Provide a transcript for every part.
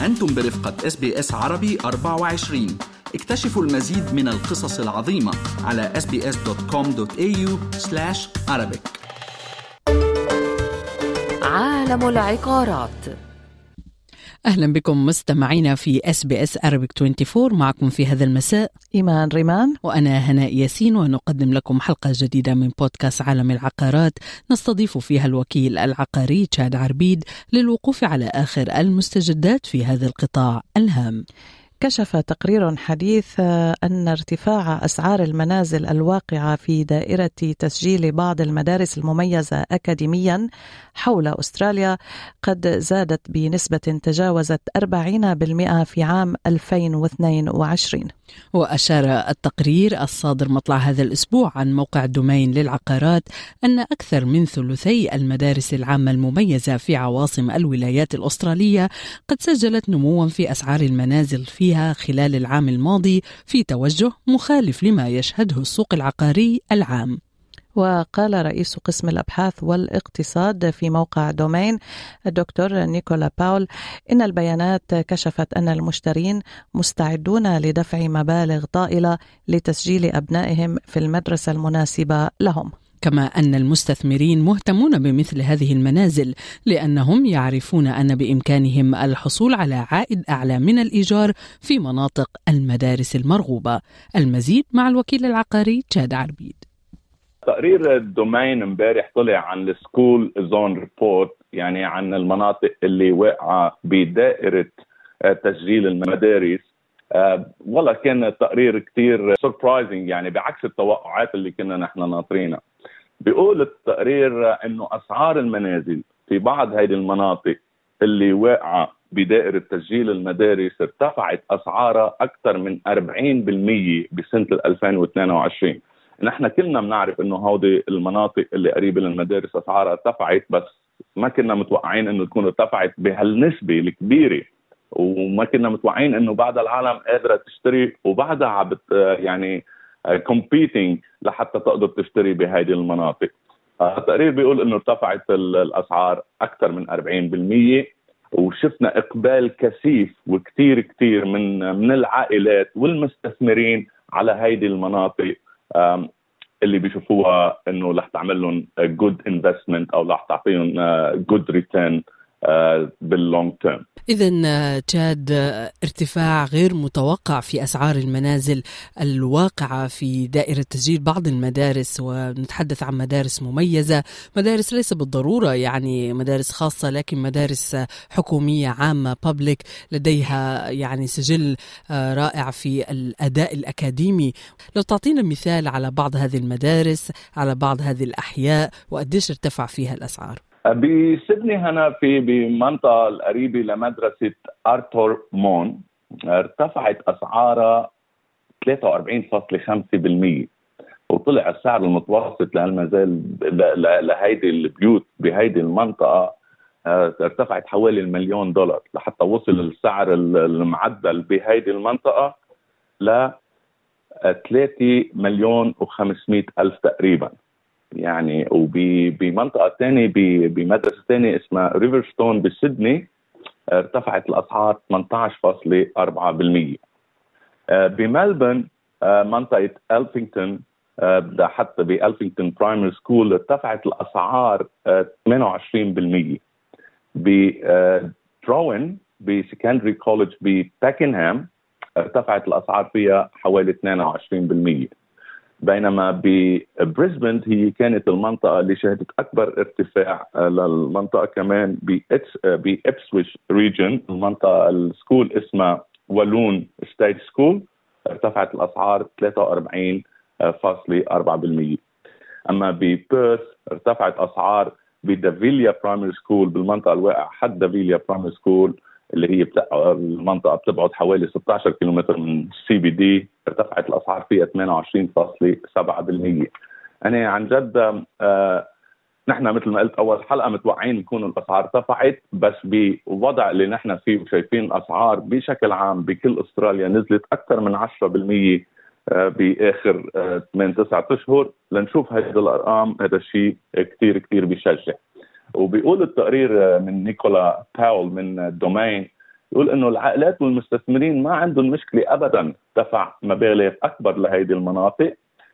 أنتم برفقة SBS عربي 24. اكتشفوا المزيد من القصص العظيمة على sbs.com.au/arabic. عالم العقارات. أهلا بكم مستمعينا في SBS Arabic 24. معكم في هذا المساء إيمان ريمان وأنا هناء ياسين، ونقدم لكم حلقة جديدة من بودكاست عالم العقارات نستضيف فيها الوكيل العقاري تشاد عربيد للوقوف على آخر المستجدات في هذا القطاع الهام. كشف تقرير حديث أن ارتفاع أسعار المنازل الواقعة في دائرة تسجيل بعض المدارس المميزة أكاديميا حول أستراليا قد زادت بنسبة تجاوزت 40% في عام 2022. وأشار التقرير الصادر مطلع هذا الأسبوع عن موقع دومين للعقارات أن أكثر من ثلثي المدارس العامة المميزة في عواصم الولايات الأسترالية قد سجلت نموا في أسعار المنازل فيها خلال العام الماضي في توجه مخالف لما يشهده السوق العقاري العام. وقال رئيس قسم الأبحاث والاقتصاد في موقع دومين الدكتور نيكولا باول إن البيانات كشفت أن المشترين مستعدون لدفع مبالغ طائلة لتسجيل أبنائهم في المدرسة المناسبة لهم، كما أن المستثمرين مهتمون بمثل هذه المنازل لأنهم يعرفون أن بإمكانهم الحصول على عائد أعلى من الإيجار في مناطق المدارس المرغوبة. المزيد مع الوكيل العقاري تشاد عربيد. تقرير الدومين امبارح طلع عن السكول زون ريبورت، يعني عن المناطق اللي واقعة بدائرة تسجيل المدارس. والله كان تقرير كتير سربرايزنج، يعني بعكس التوقعات اللي كنا نحن ناطرينها. بيقول التقرير انه اسعار المنازل في بعض هذه المناطق اللي واقعة بدائرة تسجيل المدارس ارتفعت اسعارها اكثر من 40% بسنة 2022. نحن كلنا بنعرف انه هودي المناطق اللي قريبه للمدارس اسعارها ارتفعت، بس ما كنا متوقعين انه تكون ارتفعت بهالنسبه الكبيره، وما كنا متوقعين انه بعد العالم قادره تشتري وبعدها يعني competing لحتى تقدر تشتري بهذه المناطق. التقرير بيقول انه ارتفعت الاسعار اكثر من 40%، وشفنا اقبال كثيف وكثير كثير من العائلات والمستثمرين على هذه المناطق اللي بيشوفوها انه رح تعمل لهم good investment او رح تعطيهم good return باللونج تيرم. إذن تشاد، ارتفاع غير متوقع في أسعار المنازل الواقعة في دائرة تسجيل بعض المدارس، ونتحدث عن مدارس مميزة، مدارس ليس بالضرورة يعني مدارس خاصة، لكن مدارس حكومية عامة public لديها يعني سجل رائع في الأداء الأكاديمي. لو تعطينا مثال على بعض هذه المدارس، على بعض هذه الأحياء، وقديش ارتفع فيها الأسعار؟ بسيدني هنا بمنطقة القريبة لمدرسة آرثور مون ارتفعت أسعارها 43.5%، وطلع السعر المتوسط لهالمنازل لهيدي البيوت بهيدي المنطقة ارتفعت حوالي $1,000,000 لحتى وصل السعر المعدل بهيدي المنطقة ل 3,500,000 تقريبا. يعني وبمنطقة تانية بمدرسة تانية اسمها ريفرستون بسيدني ارتفعت الأسعار 18.4%. بملبن منطقة ألفينغتون حتى بألفينغتون برايمري سكول ارتفعت الأسعار 28%. بدروين بسكندري كوليدج بباكنهام ارتفعت الأسعار فيها حوالي 22%. بينما ببريسبن هي كانت المنطقة اللي شهدت أكبر ارتفاع للمنطقة كمان بإبسويش ريجن، المنطقة السكول اسمها والون ستيت سكول ارتفعت الأسعار 43.4%. أما ببيرث ارتفعت أسعار بدافيليا برايمري سكول بالمنطقة الواقعة حد دافيليا برايمري سكول اللي هي المنطقة بتبعد حوالي 16 كيلومتر من CBD، ارتفعت الأسعار فيها 28.7%. أنا عن جد نحن مثل ما قلت أول حلقة متوقعين يكون الأسعار ارتفعت، بس بوضع اللي نحن فيه وشايفين الأسعار بشكل عام بكل أستراليا نزلت أكثر من 10% بآخر 8-9 أشهر. لنشوف هذه الأرقام، هذا الشيء كتير كتير بيشجع. وبيقول التقرير من نيكولا باول من دومين يقول انه العائلات والمستثمرين ما عندهم مشكله ابدا دفع مبالغ اكبر لهيدي المناطق،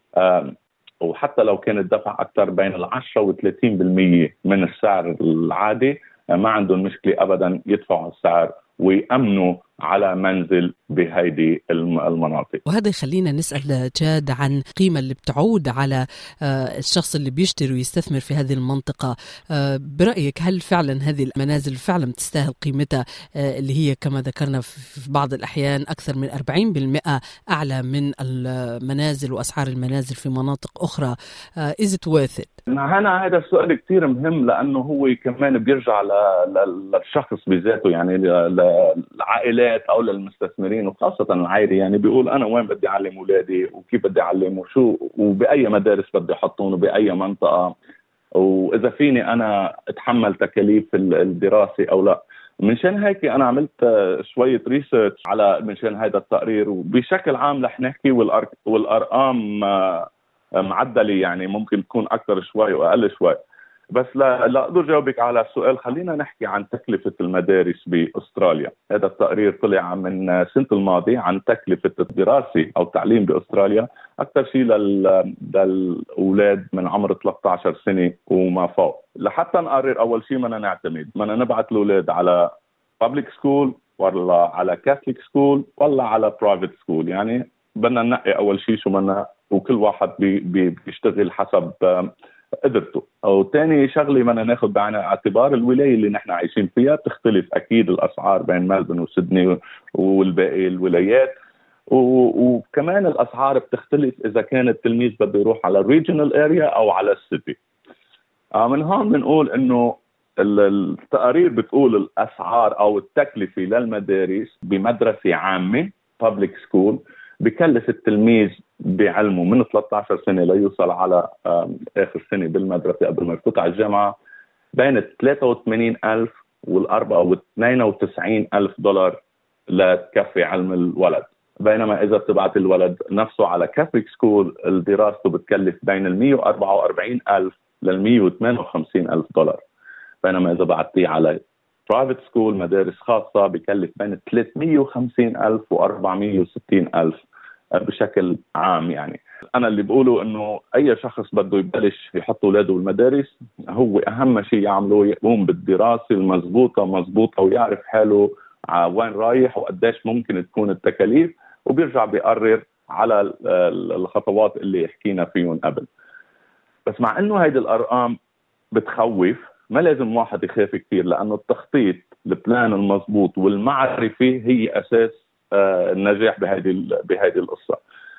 وحتى لو كان الدفع اكثر بين 10 و30% من السعر العادي، ما عندهم مشكله ابدا يدفعوا السعر ويأمنوا على منزل بهيدي المناطق. وهذا يخلينا نسأل تشاد عن القيمة اللي بتعود على الشخص اللي بيشتري ويستثمر في هذه المنطقة. برأيك هل فعلا هذه المنازل فعلا تستاهل قيمتها اللي هي كما ذكرنا في بعض الأحيان أكثر من 40% أعلى من المنازل وأسعار المنازل في مناطق أخرى؟ is it worth it؟ هنا هذا السؤال كتير مهم، لأنه هو كمان بيرجع للشخص بذاته، يعني للعائلات أو للمستثمرين وخاصة العائلة. يعني بيقول أنا وين بدي أعلم أولادي وكيف بدي أعلم وشو وبأي مدارس بدي أحطهم وبأي منطقة، وإذا فيني أنا أتحمل تكاليف الدراسة أو لا. منشان هيك أنا عملت شوية ريسيرش على منشان هذا التقرير، وبشكل عام رح نحكي والأرقام معدلة، يعني ممكن تكون أكثر شوي وأقل شوي. بس لا أقدر جاوبك على السؤال، خلينا نحكي عن تكلفة المدارس بأستراليا. هذا التقرير طلع من سنة الماضي عن تكلفة الدراسة أو التعليم بأستراليا، أكثر شيء للأولاد من عمر 13 سنة وما فوق. لحتى نقرر أول شيء بدنا نعتمد، بدنا نبعث الأولاد على public school ولا على Catholic school ولا على private school. يعني بدنا ننقي أول شيء شو بدنا، وكل واحد بيشتغل حسب قدرته. او تاني شغله بدنا ناخذ بعين الاعتبار الولايه اللي نحن عايشين فيها، بتختلف اكيد الاسعار بين ملبورن وسيدني والباقي الولايات، وكمان الاسعار بتختلف اذا كان التلميذ بده يروح على الريجنال اريا او على السيتي. من هون بنقول انه التقارير بتقول الاسعار او التكلفه للمدارس بمدرسه عامه public school بكلف التلميذ بعلمه من 13 سنة ليوصل على آخر سنة بالمدرسة قبل ما يفوت على الجامعة بين 83,000 و92,000 دولار لتكفي علم الولد. بينما إذا تبعت الولد نفسه على كاثوليك سكول دراسته بتكلف بين 144,000 ل158,000 دولار. بينما إذا بعتيه على برايفت سكول مدارس خاصة بكلف بين 350,000 و460,000 بشكل عام. يعني أنا اللي بقوله إنه أي شخص بده يبلش يحط أولاده بالمدارس، هو أهم شيء يعمله يقوم بالدراسة المضبوطة ويعرف حاله وين رايح وقديش ممكن تكون التكاليف، وبيرجع بيقرر على الخطوات اللي حكينا فيهم قبل. بس مع إنه هيدي الأرقام بتخوف، ما لازم واحد يخاف كثير، لأنه التخطيط البلان المضبوط والمعرفة هي أساس النجاح بهذه القصة.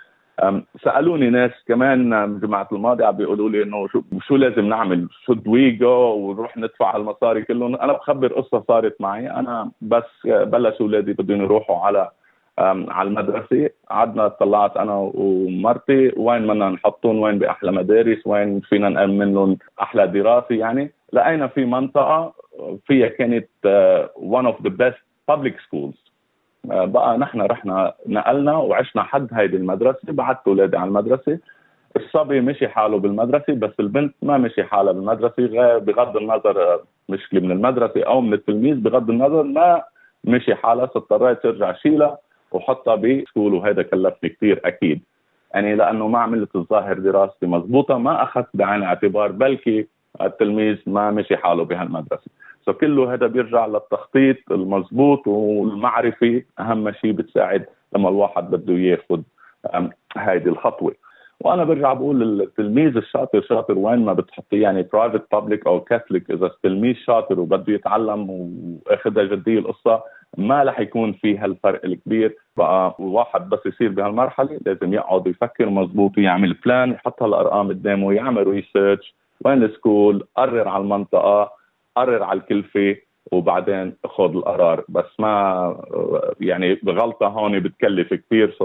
سألوني ناس كمان من جماعة الماضي عم بيقولوا لي إنه شو لازم نعمل، should we go ونروح ندفع المصاري كلهم. أنا بخبر قصة صارت معي. أنا بس بلش أولادي بدهم يروحوا على المدرسة، قعدنا طلعت أنا ومرتي وين بدنا نحطهم، وين بأحلى مدارس، وين فينا نأمن لهم أحلى دراسة. يعني لقينا في منطقة فيها كانت one of the best public schools. بقى نحن رحنا نقلنا وعشنا حد هيدي المدرسة، بعدت أولادي على المدرسة. الصبي مشي حاله بالمدرسة، بس البنت ما مشي حالها بالمدرسة، بغض النظر مشكلة من المدرسة أو من التلميذ، بغض النظر ما مشي حالها. اضطريت ترجع شيلها وحطها بسكول، وهذا كلفني كتير أكيد، يعني لأنه ما عملت الظاهر دراستي مضبوطة، ما أخذت بعين اعتبار بلكي التلميذ ما مشي حاله بهالمدرسة. كله هذا بيرجع للتخطيط المضبوط والمعرفة، أهم شيء بتساعد لما الواحد بده ياخد هيدي الخطوة. وأنا برجع بقول التلميذ الشاطر شاطر وين ما بتحطيه، يعني برايفت بابليك أو كاثوليك، إذا التلميذ شاطر وبده يتعلم وأخذها جدية القصة، ما رح يكون فيها الفرق الكبير. بقى الواحد بس يصير بهالمرحلة لازم يقعد يفكر مضبوط ويعمل بلان، يحط هالأرقام قدامه، يعمل ريسيرش وين السكول، قرر على المنطقة، قرر على الكلفة، وبعدين خذ القرار. بس ما يعني بغلطة هون بتكلف كثير،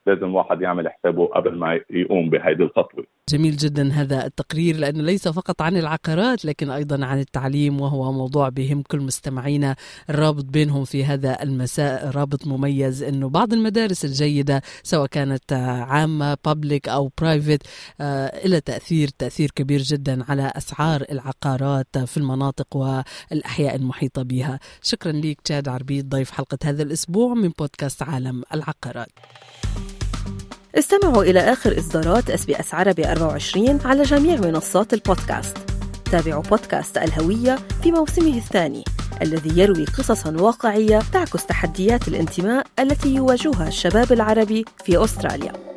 لازم واحد يعمل حسابه قبل ما يقوم بهذه الخطوة. جميل جدا هذا التقرير، لأنه ليس فقط عن العقارات لكن أيضا عن التعليم، وهو موضوع بهم كل مستمعينا. الرابط بينهم في هذا المساء رابط مميز، أنه بعض المدارس الجيدة سواء كانت عامة public أو private إلى تأثير كبير جدا على أسعار العقارات في المناطق والأحياء المحيطة بها. شكرا لك تشاد عربيد، ضيف حلقة هذا الأسبوع من بودكاست عالم العقارات. استمعوا إلى آخر إصدارات SBS عربي 24 على جميع منصات البودكاست. تابعوا بودكاست الهوية في موسمه الثاني الذي يروي قصصاً واقعية تعكس تحديات الانتماء التي يواجهها الشباب العربي في أستراليا.